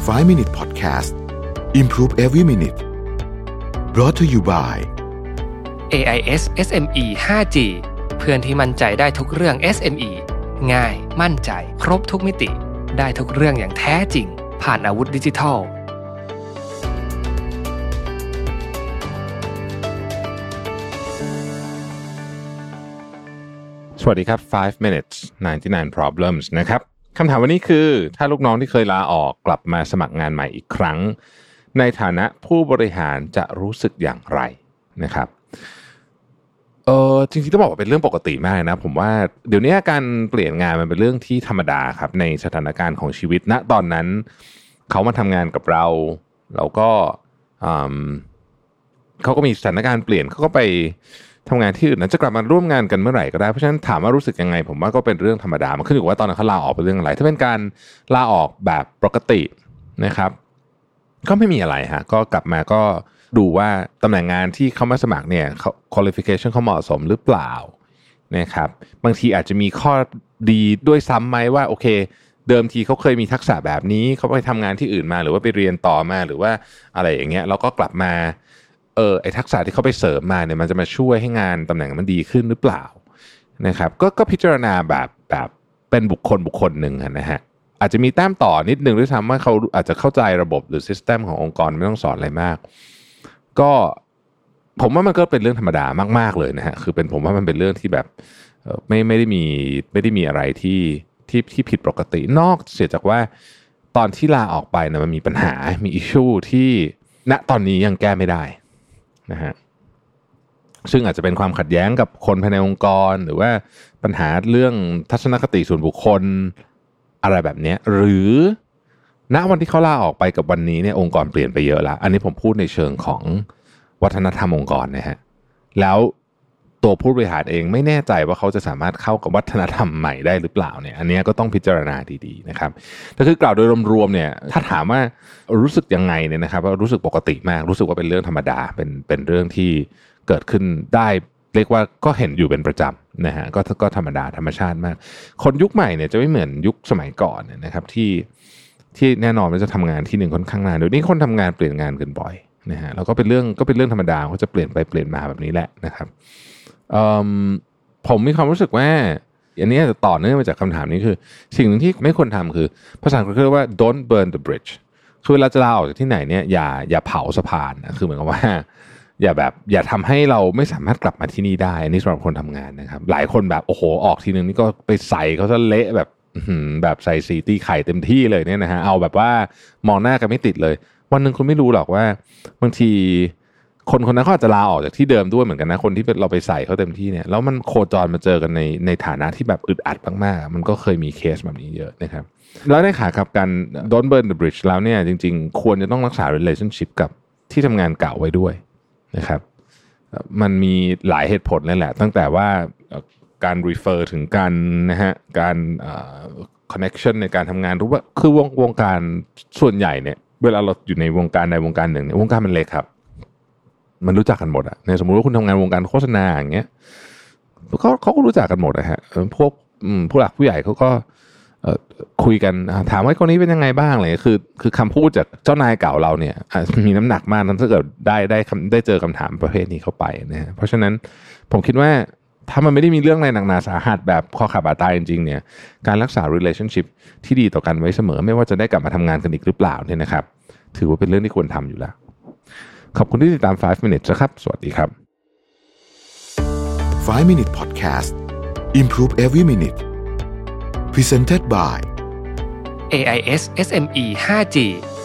5 Minute Podcast Improve Every Minute Brought to you by AIS SME 5G เพื่อนที่มั่นใจได้ทุกเรื่อง SME ง่ายมั่นใจครบทุกมิติได้ทุกเรื่องอย่างแท้จริงผ่านอาวุธดิจิทัลสวัสดีครับ5 minutes 99 problems นะครับคำถามวันนี้คือถ้าลูกน้องที่เคยลาออกกลับมาสมัครงานใหม่อีกครั้งในฐานะผู้บริหารจะรู้สึกอย่างไรนะครับจริงๆต้องบอกว่าเป็นเรื่องปกติมากนะผมว่าเดี๋ยวนี้การเปลี่ยนงานมันเป็นเรื่องที่ธรรมดาครับในสถานการณ์ของชีวิตณตอนนั้นเขามาทำงานกับเราก็เขาก็มีสถานการณ์เปลี่ยนเขาก็ไปทำงานที่อื่นนั้นจะกลับมาร่วมงานกันเมื่อไหร่ก็ได้เพราะฉะนั้นถามว่ารู้สึกยังไงผมว่าก็เป็นเรื่องธรรมดามันขึ้นอยู่กับว่าตอนนั้นเขาลาออกเป็นเรื่องอะไรถ้าเป็นการลาออกแบบปกตินะครับก็ไม่มีอะไรฮะก็กลับมาก็ดูว่าตำแหน่งงานที่เขามาสมัครเนี่ย qualification เขาเหมาะสมหรือเปล่านะครับบางทีอาจจะมีข้อดีด้วยซ้ำไหมว่าโอเคเดิมทีเขาเคยมีทักษะแบบนี้เขาไปทำงานที่อื่นมาหรือว่าไปเรียนต่อมาหรือว่าอะไรอย่างเงี้ยแล้วก็กลับมาไอ้ทักษะที่เขาไปเสริมมาเนี่ยมันจะมาช่วยให้งานตำแหน่งมันดีขึ้นหรือเปล่านะครับก็พิจารณาแบบเป็นบุคคลหนึ่งนะฮะอาจจะมีแต้มต่อนิดนึงด้วยซ้ำว่าเขาอาจจะเข้าใจระบบหรือซิสเต็มขององค์กรไม่ต้องสอนอะไรมากก็ผมว่ามันก็เป็นเรื่องธรรมดามากๆเลยนะฮะคือผมว่ามันเป็นเรื่องที่แบบไม่ได้มีอะไรที่ผิดปกตินอกเสียจากว่าตอนที่ลาออกไปนะมันมีปัญหามีอิชชูที่ณตอนนี้ยังแก้ไม่ได้นะฮะซึ่งอาจจะเป็นความขัดแย้งกับคนภายในองค์กรหรือว่าปัญหาเรื่องทัศนคติส่วนบุคคลอะไรแบบนี้หรือณวันที่เขาลาออกไปกับวันนี้เนี่ยองค์กรเปลี่ยนไปเยอะแล้วอันนี้ผมพูดในเชิงของวัฒนธรรมองค์กรนะฮะแล้วตัวผู้บริหารเองไม่แน่ใจว่าเขาจะสามารถเข้ากับวัฒนธรรมใหม่ได้หรือเปล่าเนี่ยอันนี้ก็ต้องพิจารณาดีๆนะครับแต่คือกล่าวโดยรวมๆเนี่ยถ้าถามว่ารู้สึกยังไงเนี่ยนะครับว่ารู้สึกปกติมากรู้สึกว่าเป็นเรื่องธรรมดาเป็นเรื่องที่เกิดขึ้นได้เรียกว่าก็เห็นอยู่เป็นประจำนะฮะก็ธรรมดาธรรมชาติมากคนยุคใหม่เนี่ยจะไม่เหมือนยุคสมัยก่อนเนี่ยนะครับที่แน่นอนมันจะทำงานที่หนึ่งค่อนข้างนานเดี๋ยวนี้คนทำงานเปลี่ยนงานกันบ่อยนะฮะแล้วก็เป็นเรื่องธรรมดาเขาจะเปลี่ยนไปเปลี่ยนมาแบบนี้แหละนะครับผมมีความรู้สึกว่าอันนี้จะต่อเนื่องมาจากคำถามนี้คือสิ่งหนึ่งที่ไม่ควรทำคือภาษาอังกฤษเรียกว่า don't burn the bridge คือเวลาจะลาออกจากที่ไหนเนี่ยอย่าเผาสะพานนะคือเหมือนกับว่าอย่าทำให้เราไม่สามารถกลับมาที่นี่ได้นี่สำหรับคนทำงานนะครับหลายคนแบบโอ้โหออกทีนึงนี่ก็ไปใส่เขาซะเละแบบใส่สีตีไข่เต็มที่เลยเนี่ยนะฮะเอาแบบว่ามองหน้ากันไม่ติดเลยวันนึงคุณไม่รู้หรอกว่าบางทีคนนั้นเขาอาจจะลาออกจากที่เดิมด้วยเหมือนกันนะคนที่เราไปใส่เขาเต็มที่เนี่ยแล้วมันโคจรมาเจอกันในฐานะที่แบบอึดอัดมากๆมันก็เคยมีเคสแบบนี้เยอะนะครับแล้วในขากับการ don't burn the bridge แล้วเนี่ยจริงๆควรจะต้องรักษา relationship กับที่ทำงานเก่าไว้ด้วยนะครับมันมีหลายเหตุผลเลยแหละตั้งแต่ว่าการ refer ถึงกันนะฮะการconnection ในการทำงานรู้ว่าคือวงการส่วนใหญ่เนี่ยเวลาเราอยู่ในวงการใดวงการหนึ่งเนี่ยวงการมันเล็กครับมันรู้จักกันหมดอะในสมมุติว่าคุณทำงานวงการโฆษณาอย่างเงี้ยเขาก็รู้จักกันหมดนะฮะพวกผู้หลักผู้ใหญ่เขาก็คุยกันถามว่าคนนี้เป็นยังไงบ้างอะไรคือคำพูดจากเจ้านายเก่าเราเนี่ยมีน้ำหนักมากนั้นถ้าเกิดได้เจอคำถามประเภทนี้เข้าไปนะฮะเพราะฉะนั้นผมคิดว่าถ้ามันไม่ได้มีเรื่องอะไรหนักหนาสาหัสแบบคอขาดบาดตายจริงๆเนี่ยการรักษา relationship ที่ดีต่อกันไว้เสมอไม่ว่าจะได้กลับมาทำงานกันอีกหรือเปล่าเนี่ยนะครับถือว่าเป็นเรื่องที่ควรทำอยู่แล้วขอบคุณที่ติดตาม5 minutes นะครับสวัสดีครับ 5 Minute Podcast Improve Every Minute Presented by AIS SME 5G